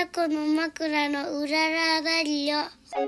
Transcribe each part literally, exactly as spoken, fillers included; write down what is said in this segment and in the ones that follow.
タコの枕のうららだりよ。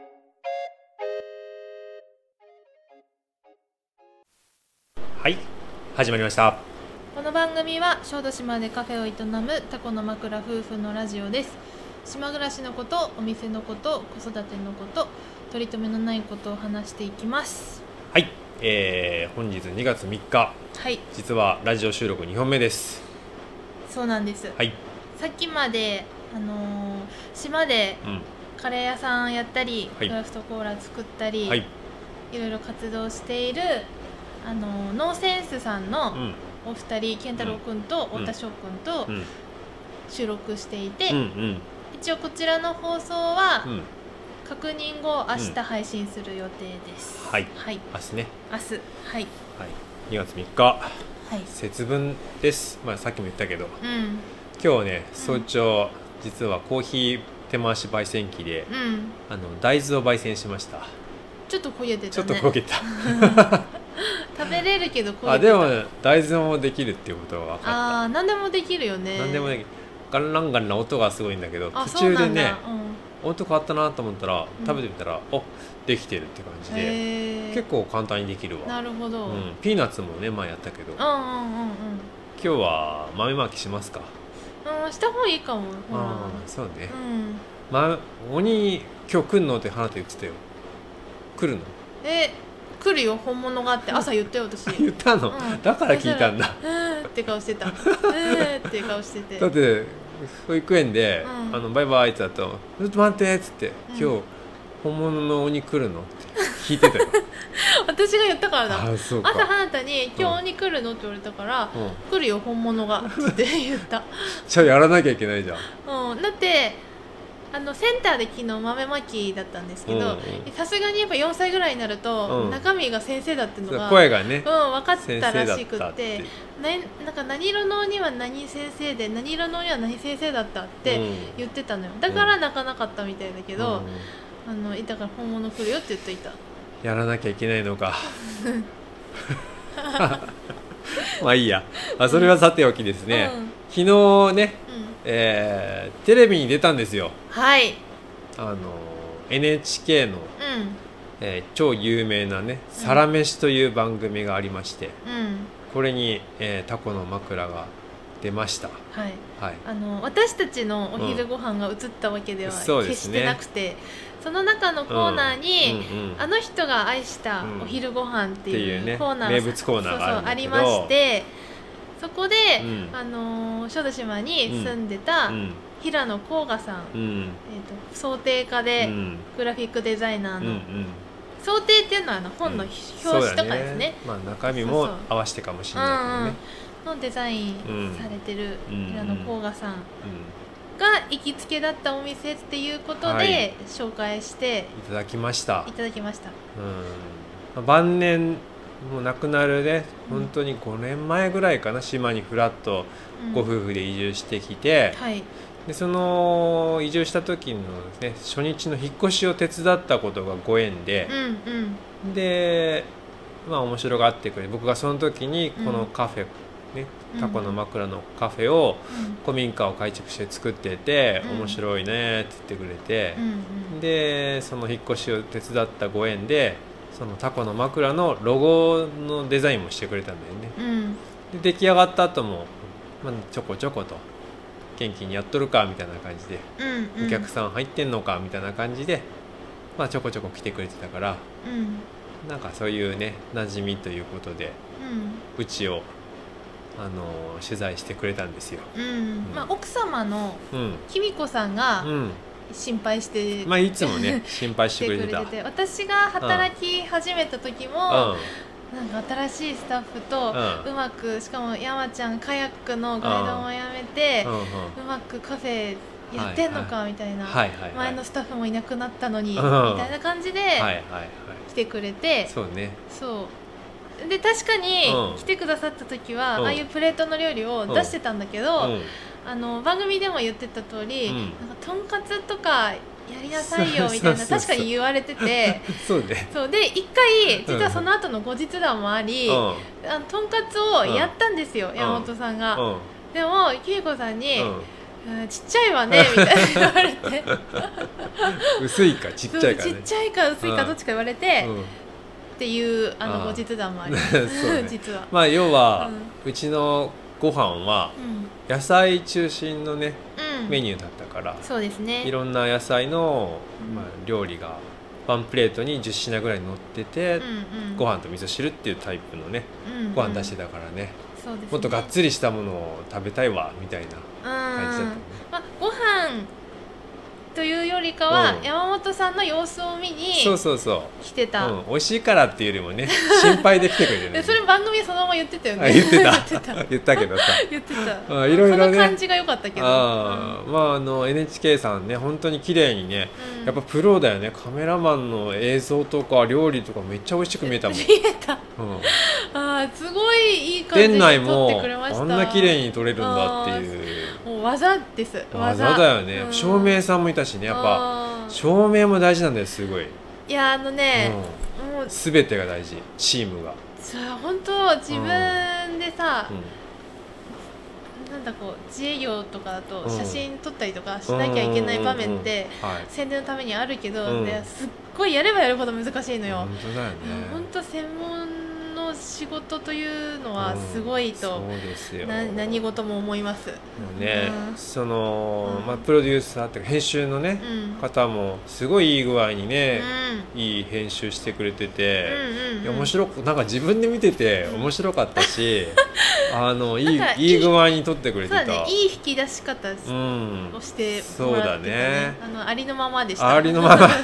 はい、始まりました。 この番組は小豆島でカフェを営むタコの枕夫婦のラジオです。島暮らしのこと、お店のこと、子育てのこと、取り留めのないことを話していきます。 はい、えー、本日にがつみっか、 はい、 実はラジオ収録にほんめです。 そうなんです。 はい、 さっきまで、あのー、島でうん、 カレー屋さんやったり、 はい、 クラフトコーラ作ったり、 はい、 いろいろ活動している、あのー、ノーセンスさんのお二人、うん、健太郎くんと太田翔くんと収録していて、うんうん、一応こちらの放送は、うん、確認後明日配信する予定です。 うん、はい、はい、明日ね。 明日、はい、はい、 にがつみっか、はい、節分です。まあさっきも言ったけど、うん、今日ね早朝、うん、実はコーヒー手回し焙煎機で、うん、あの大豆を焙煎しました。 ちょっと焦げてたね。 ちょっと焦げた。 食べれるけど焦げてた。 あ、でも、ね、大豆もできるっていうことが分かった。 ああ、何でもできるよね。 何でもできる。ガンランガンな音がすごいんだけど、途中でね、うん、音変わったなと思ったら、食べてみたら、うん、お、できてるって感じで、結構簡単にできるわ。 なるほど、うん、 ピーナッツもね前やったけど、うんうんうんうん、今日は豆まきしますか。 うん、した方がいいかも。ほら、 あ、そうね、うん、ま、鬼今日来るのって花と言ってたよ。来るの？ え、来るよ、本物がって朝言ったよ私。 言ったの、うん、だから聞いたんだ。 うーんって顔してた。うーって顔してて。 だって保育園で、うん、あのバイバイって言ったと、ちょっと待ってっつって、うん、今日本物の鬼来るのって聞いてたよ。 私が言ったからだ。 あ、そうか。 朝花田に今日鬼来るのって言われたから、うん、来るよ本物がって言った。 じゃあやらなきゃいけないじゃん。 うん、だってあのセンターで昨日豆まきだったんですけど、さすがにやっぱよんさいぐらいになると、うん、中身が先生だっていうのが声がね、うん、 分かったらしくって、ななんか何色の鬼は何先生で何色の鬼は何先生だったって言ってたのよ。だから泣かなかったみたいだけど、うん、あのだから本物来るよって言っといた。 やらなきゃいけないのか。まあいいや、あ、それはさておきですね、うん、昨日ね、えー、テレビに出たんですよ。 はい。 あの エヌエイチケー の、うん、えー、超有名なね「サラメシ」という番組がありまして、うん、これに、えー、タコの枕が出ました。 はい、はい、あの私たちのお昼ご飯が映ったわけでは決してなくて、うん、 そ, ね、その中のコーナーに、うんうんうん、あの人が愛したお昼ご飯っていうコーナー、 うん、名物コーナーがあるんだけど、 そうそうありまして、そこで、うん、あの小豆島に住んでた平野甲賀さん、うん、えー、と想定家でグラフィックデザイナーの、うんうん、想定っていうのはあの本の表紙とかですね、 うん、ね、まあ、中身も合わせてかもしれないけどね、そうそうのデザインされてる平野甲賀さんが行きつけだったお店っていうことで紹介していただきましたいただきました。 うん、晩年もう亡くなるね、うん、本当にごねんまえぐらいかな、島にフラッとご夫婦で移住してきて、うん、はい、でその移住した時の、ね、初日の引っ越しを手伝ったことがご縁で、うんうん、で、まあ面白がってくれ、僕がその時にこのカフェ、うんね、タコの枕のカフェを、うん、古民家を改築して作ってて、うん、面白いねって言ってくれて、うんうん、でその引っ越しを手伝ったご縁でそのタコの枕のロゴのデザインもしてくれたんだよね、うん、で出来上がった後も、まあ、ちょこちょこと元気にやっとるかみたいな感じで、うんうん、お客さん入ってんのかみたいな感じで、まあ、ちょこちょこ来てくれてたから、うん、なんかそういうね馴染みということで、うん、うちをあの取材してくれたんですよ、うんうん、 まあ、奥様のきみこさんが、うん、心配して、 まあ、いつもね心配してくれてたてくれてて、私が働き始めた時も、うん、なんか新しいスタッフとうまく、しかも山ちゃんカヤックのガイドもやめて、うんうん、うまくカフェやってんのかみたいな、はいはい、前のスタッフもいなくなったのに、うん、みたいな感じで来てくれて、 そうね、 そうで確かに来てくださった時は、うん、ああいうプレートの料理を出してたんだけど、うん、あの番組でも言ってた通り、うん、なんかとんかつとかやりなさいよみたいな確かに言われててそうね、 そうで一回実はその後の後日談もあり、うん、あのとんかつをやったんですよ、うん、山本さんが、うん、でもきみこさんに、うん、 うん、ちっちゃいわねみたいな言われて薄いかちっちゃいかね、 ちっちゃいか薄いかどっちか言われて、うん、っていうあのあ後日談もありますね、実は。 まあ要は、うん、うちのご飯は野菜中心のね、うん、メニューだったから、 そうですね、 いろんな野菜の、まあ、料理がワンプレートにじゅっ品ぐらい乗ってて、うんうん、ご飯と味噌汁っていうタイプのね、うんうん、ご飯出してたからね、そうですね、もっとがっつりしたものを食べたいわみたいな感じだったね、 まあ、ご飯というよりかは、うん、山本さんの様子を見にそうそうそう来てた、 うん、美味しいからっていうよりもね心配で来てくれてる、ね、 それ番組そのまま言ってたよね。 言ってた言ったけどさ言ってた、 あいろいろね、 その感じが良かったけど、 あ、うん、まああの エヌエイチケー さんね本当に綺麗にね、うん、やっぱプロだよね。カメラマンの映像とか料理とかめっちゃ美味しく見えたもん。 見えた、うん、あすごいいい感じで撮ってくれました。 店内もあんな綺麗に撮れるんだっていう、 もう技です。 技だよね、うん、照明さんもいたしね、やっぱ照明も大事なんだよ、すごい。 いやあのね、 うん、もう全てが大事、チームが。 さあ本当自分でさ、うんうん、なんだこう自営業とかだと写真撮ったりとかしなきゃいけない場面って宣伝のためにあるけど、うん、すっごいやればやるほど難しいのよ。 本当だよね。 本当専門の仕事というのはすごいと、 うん、そうですよ。 な何事も思います。 ね、うん、その、まあ、プロデューサーっていうか編集のね、うん、方もすごいいい具合にね、うん、いい編集してくれてて、うんうんうん、いや面白くなんか自分で見てて面白かったし、あのいいいい具合に撮ってくれてた。 そうだね、いい引き出し方をしてもらって、ね、 そうだね。 あのありのままでした。 ありのまま。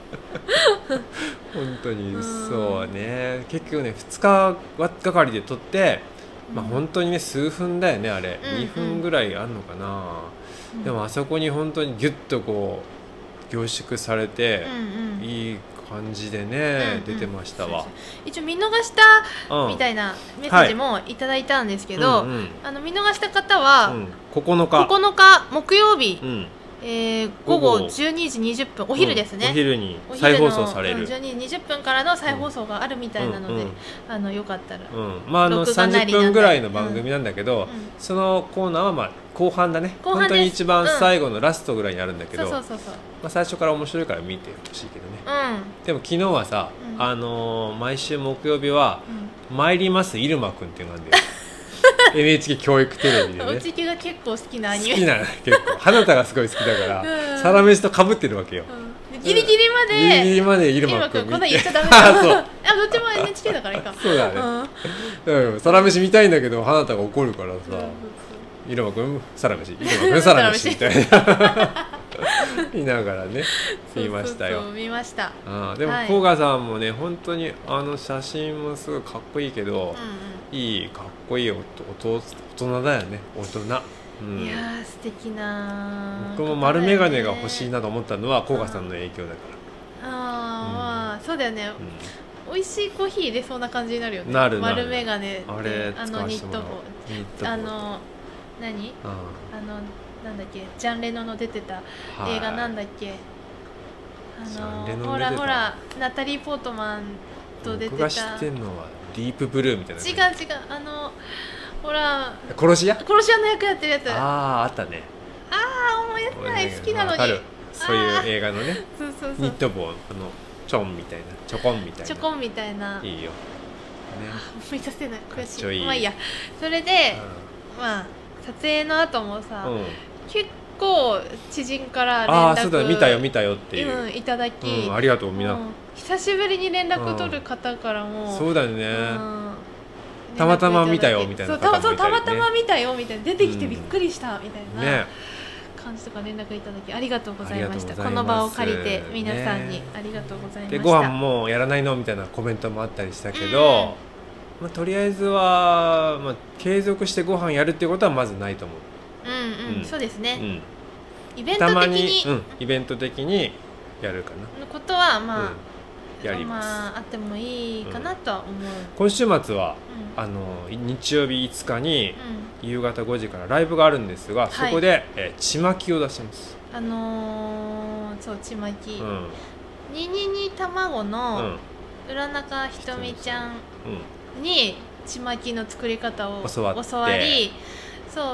本当にそうね。結局ねふつかがかりで撮って、まあ、本当にね数分だよねあれ、うんうん、にふんぐらいあるのかな、うん、でもあそこに本当にギュッとこう凝縮されて、うんうん、いい感じでね、うんうん、出てましたわ。そうそう、 一応見逃したみたいなメッセージもいただいたんですけど、はい、うんうん、あの見逃した方は、うん、 ここのかここのか木曜日、うん、えー、午後じゅうにじにじゅっぷん、お昼ですね、 うん、お昼に再放送されるじゅうにじにじゅっぷんからの再放送があるみたいなので、うんうん、あのよかったら、 うん、まあ、あのさんじゅっぷんぐらいの番組なんだけど、うん、そのコーナーはまあ後半だね。本当に一番最後のラストぐらいにあるんだけど、最初から面白いから見てほしいけどね、うん、でも昨日はさ、うん、あのー、毎週木曜日は「参ります入間くん」っていうのがあるんだよエヌエイチケー 教育テレビでね。 うちが結構好きなアニメ。 好きな結構花田がすごい好きだから、うん、サラメシと被ってるわけよ、 うん、ギリギリまでギリギリまで入間くんこんな言っちゃダメだあ、どっちも エヌエイチケー だからいいか。 そうだね、うん、サラメシ見たいんだけど花田が怒るからさ、うん、入間くんサラメシ入間くんサラメシみたいな見ながらね見ましたよ。 そうそうそう見ました。 あでも甲賀さんもね本当にあの写真もすごいかっこいいけど、うんうん、いいかっこいいおと大人だよね、大人、うん、 いやー素敵な、 僕も丸眼鏡が欲しいなと思ったのは甲賀さんの影響だから。あ、うん、まあそうだよね、うん、美味しいコーヒー入れそうな感じになるよね。 なるなる丸眼鏡であれあのニット帽、あの何あのなんだっけ、ジャンレノの出てた映画なんだっけ、あのほらほらナタリー・ポートマンと出てた。 僕が知ってるのはディープブルーみたいな。 違う違う、あのほら殺し屋殺し屋の役やってるやつ。 あああったね。 ああ思い出せない、好きなのに。 そういう映画のねそうそうそう、 ニット帽、あのチョンみたいな、チョコンみたいな、 チョコンみたいな、 いいよ、ね、 思い出せない、 悔しい。 まあいいや。それで、うん、まあ撮影の後もさ、うん、結構知人から連絡、 ああそうだ、見たよ見たよっていう、 うん、いただき、 うん、ありがとうみんな、うん、 久しぶりに連絡取る方からも、 うん、そうだよね、うん、たまたま見たよみたいな方もいたりね。 そう、たまたま見たよみたいな、出てきてびっくりしたみたいな、 うんね、 感じとか連絡いただきありがとうございました。この場を借りて皆さんにありがとうございました。 でご飯もうやらないのみたいなコメントもあったりしたけど、うん、まあ、とりあえずは、まあ、継続してご飯やるっていうことはまずないと思う。 うんうん、うん、そうですね、うん、イベント的にたまに、うん、イベント的にやるかなのことはまあ、 うん、やります。 まああってもいいかなとは思う、うん、 今週末は、うん、あの日曜日いつかに、うん、夕方ごじからライブがあるんですが、そこで、はい、えー、ちまきを出します。 あのー、そうちまき、うん、ににに卵の浦中ひとみちゃんにちまきの作り方を教わり、そう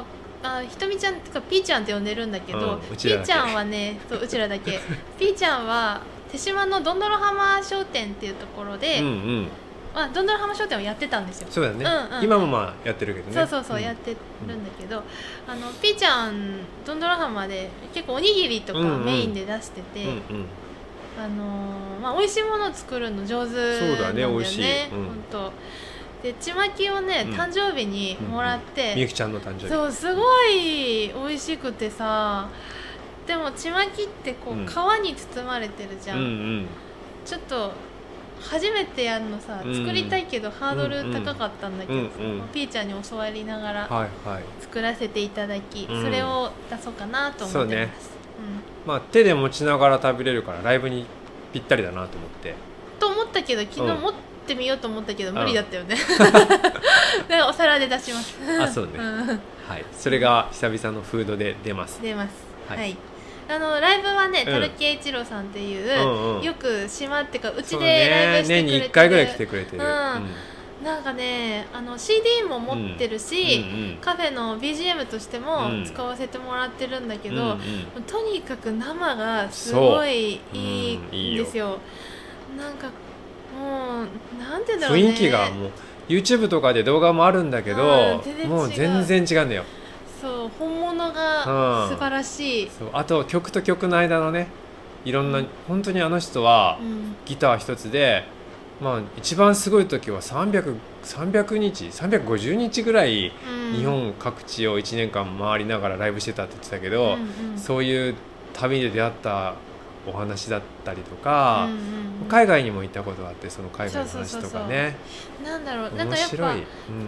あひとみちゃんってかピーちゃんって呼んでるんだけど、 うん、 ピーちゃんはねそううちらだけピーちゃんは手島のどんどろ浜商店っていうところで、うんうんまあ、どんどろ浜商店をやってたんですよ。 そうだね、 うんうん、 今もまあやってるけどね。 そうそうそう、うん、やってるんだけど、あのピーちゃんどんどろ浜で結構おにぎりとかメインで出してて、うんうんあのーまあ、美味しいものを作るの上手なんだよね。 そうだね、美味しい、うん、 ほんとでちまきをね、うん、誕生日にもらって、 みゆきちゃんの誕生日そうすごい美味しくてさ、でもちまきってこう、うん、皮に包まれてるじゃん、うんうん、ちょっと初めてやるのさ、作りたいけどハードル高かったんだけど、うんうん、ピーちゃんに教わりながら作らせていただき、はいはい、それを出そうかなと思ってます、そうね、 うんまあ、手で持ちながら食べれるからライブにぴったりだなと思ってと思ったけど昨日持ってみようと思ったけど、うん、無理だったよねでお皿で出しますあそうね、うん、はい、それが久々のフードで出ます出ますはい、はい、あのライブはね、うん、樽木栄一郎さんっていう、うんうん、よく島っていうかうちでライブしてくれてる、ね、年にいっかいぐらい来てくれてる、うんうんなんかねあの シーディー も持ってるし、うんうんうん、カフェの ビージーエム としても使わせてもらってるんだけど、うんうん、とにかく生がすごいいいんですよ、うん、いいよなんかもうなんて言うんだろうね、 雰囲気がもう YouTube とかで動画もあるんだけどもう全然違うんだよ。 そう本物が素晴らしい、うん、 そうあと曲と曲の間のねいろんな、うん、本当にあの人はギター一つでまあ、一番すごい時はさんびゃく、さんびゃくにちさんびゃくごじゅうにちぐらい日本各地をいちねんかん回りながらライブしてたって言ってたけど、うんうん、そういう旅で出会ったお話だったりとか、うんうん、海外にも行ったことがあってその海外の話とかねなんだろうなんかやっぱ、うん、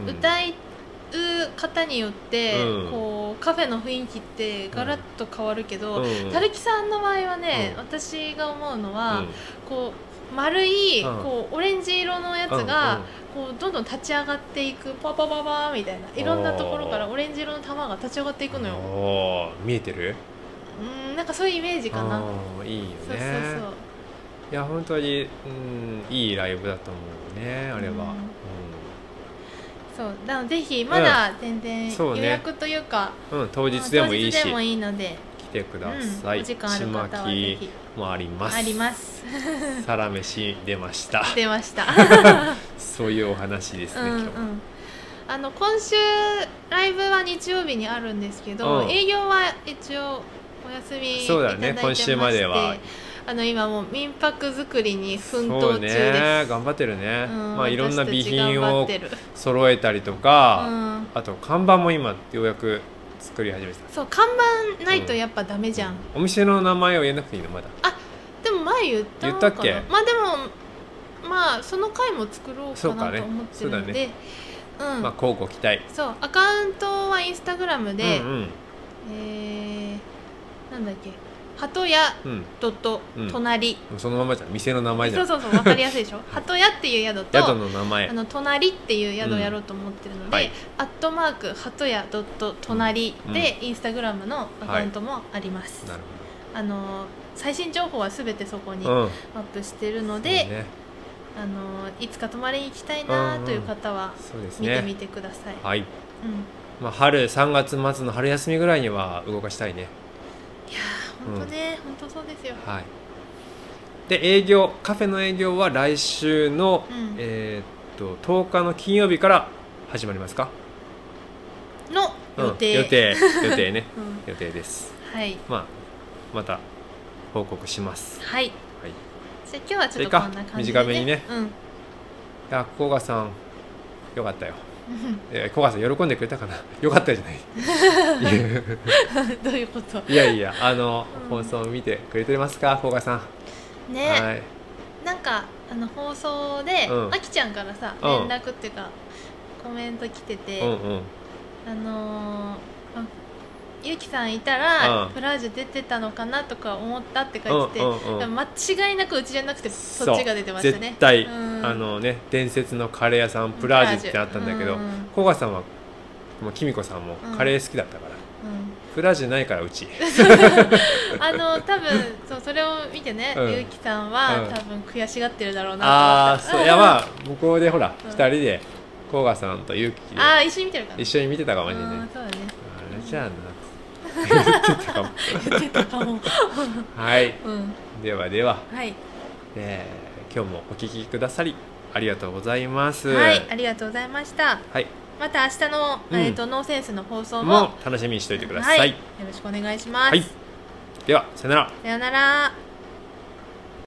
歌いう方によって、うん、こうカフェの雰囲気ってガラッと変わるけど、うんうん、たるきさんの場合はね、うん、私が思うのは、うん、こう丸い、うん、こうオレンジ色のやつが、うんうん、こうどんどん立ち上がっていくパパパパみたいないろんなところからオレンジ色の玉が立ち上がっていくのよ。 お見えてる？ うんなんかそういうイメージかな。 いいよね。そうそうそういや本当に、うん、いいライブだと思うねあれは、うんうん、 そうなのでぜひまだ全然予約というか、 うんうん、当日でもいいし、 当日でもいいので来てください、うん、お時間ある方はぜひもありますありますサラメシ出ました出ましたそういうお話ですね、うんうん、今日あの今週ライブは日曜日にあるんですけど、うん、営業は一応お休みいただいてまして、そうだね、今週まではあの今もう民泊作りに奮闘中です。そうね、 頑張ってるね、うん、まあいろんな備品を揃えたりとか、うん、あと看板も今ようやく作り始めた。 そう看板ないとやっぱダメじゃん、うん、 お店の名前を言えなくていいのまだ。 あでも前言ったのかな。言ったっけ。まあでもまあその回も作ろうかなと思ってるので、ねうん、まあ交互期待。 そうアカウントはインスタグラムで、うんうん、えー、なんだっけ鳩屋ドット隣、 うん、そのままじゃん店の名前じゃん。 そうそうそう分かりやすいでしょ鳩屋っていう宿と宿の名前あの隣っていう宿をやろうと思ってるので、うんはい、アットマーク鳩屋ドット隣で、うん、インスタグラムのアカウントもあります、はい、なるほど。あの最新情報はすべてそこにアップしてるので、うんね、あのいつか泊まりに行きたいなという方は見てみてください、 ね、はい、うんまあ、春さんがつ末の春休みぐらいには動かしたいね。 いやー本当ね、うん、本当そうですよ。 はい。で営業カフェの営業は来週の、うん、えー、っととおかの金曜日から始まりますか？ の予定、 うん、予定予定ね、うん、予定です。 はい。 まあまた報告します。 はい。はい。じゃあ今日はちょっとこんな感じで、ね、 短めにね。うん。いや甲賀さんよかったよ。え甲賀さん喜んでくれたかな。よかったじゃないどういうこと。 いやいやあの、うん、放送を見てくれてますか甲賀さんね、はい、なんかあの放送で、うん、あきちゃんからさ連絡っていうか、うん、コメント来てて、うんうん、あのーゆきさんいたら、うん、フラージュ出てたのかなとか思ったって書いてて、うんうんうん、間違いなくうちじゃなくてそっちが出てましたね。 絶対、うん、あのね伝説のカレー屋さんプラージュってあったんだけど、甲賀、うん、さんはもうきみこさんもカレー好きだったから、うん、プラージュないからうちあの多分そうそれを見てね、うん、ゆきさんは、うん、多分悔しがってるだろうなと思った。 あそういやまあ向こうでほら、うん、ふたりで甲賀さんとゆきであ一緒に見てるかな。 一緒に見てたかもしれない。 そうだねじゃあな言ってたかも言ってたかもはい、 うん、 ではでは、 はい、 えー、今日もお聞きくださりありがとうございます。 はい、ありがとうございました。 はい、 また明日の、うん、えーと、ノーセンスの放送もも楽しみにしておいてください。はい、よろしくお願いします。 はい、ではさよなら。 さよなら。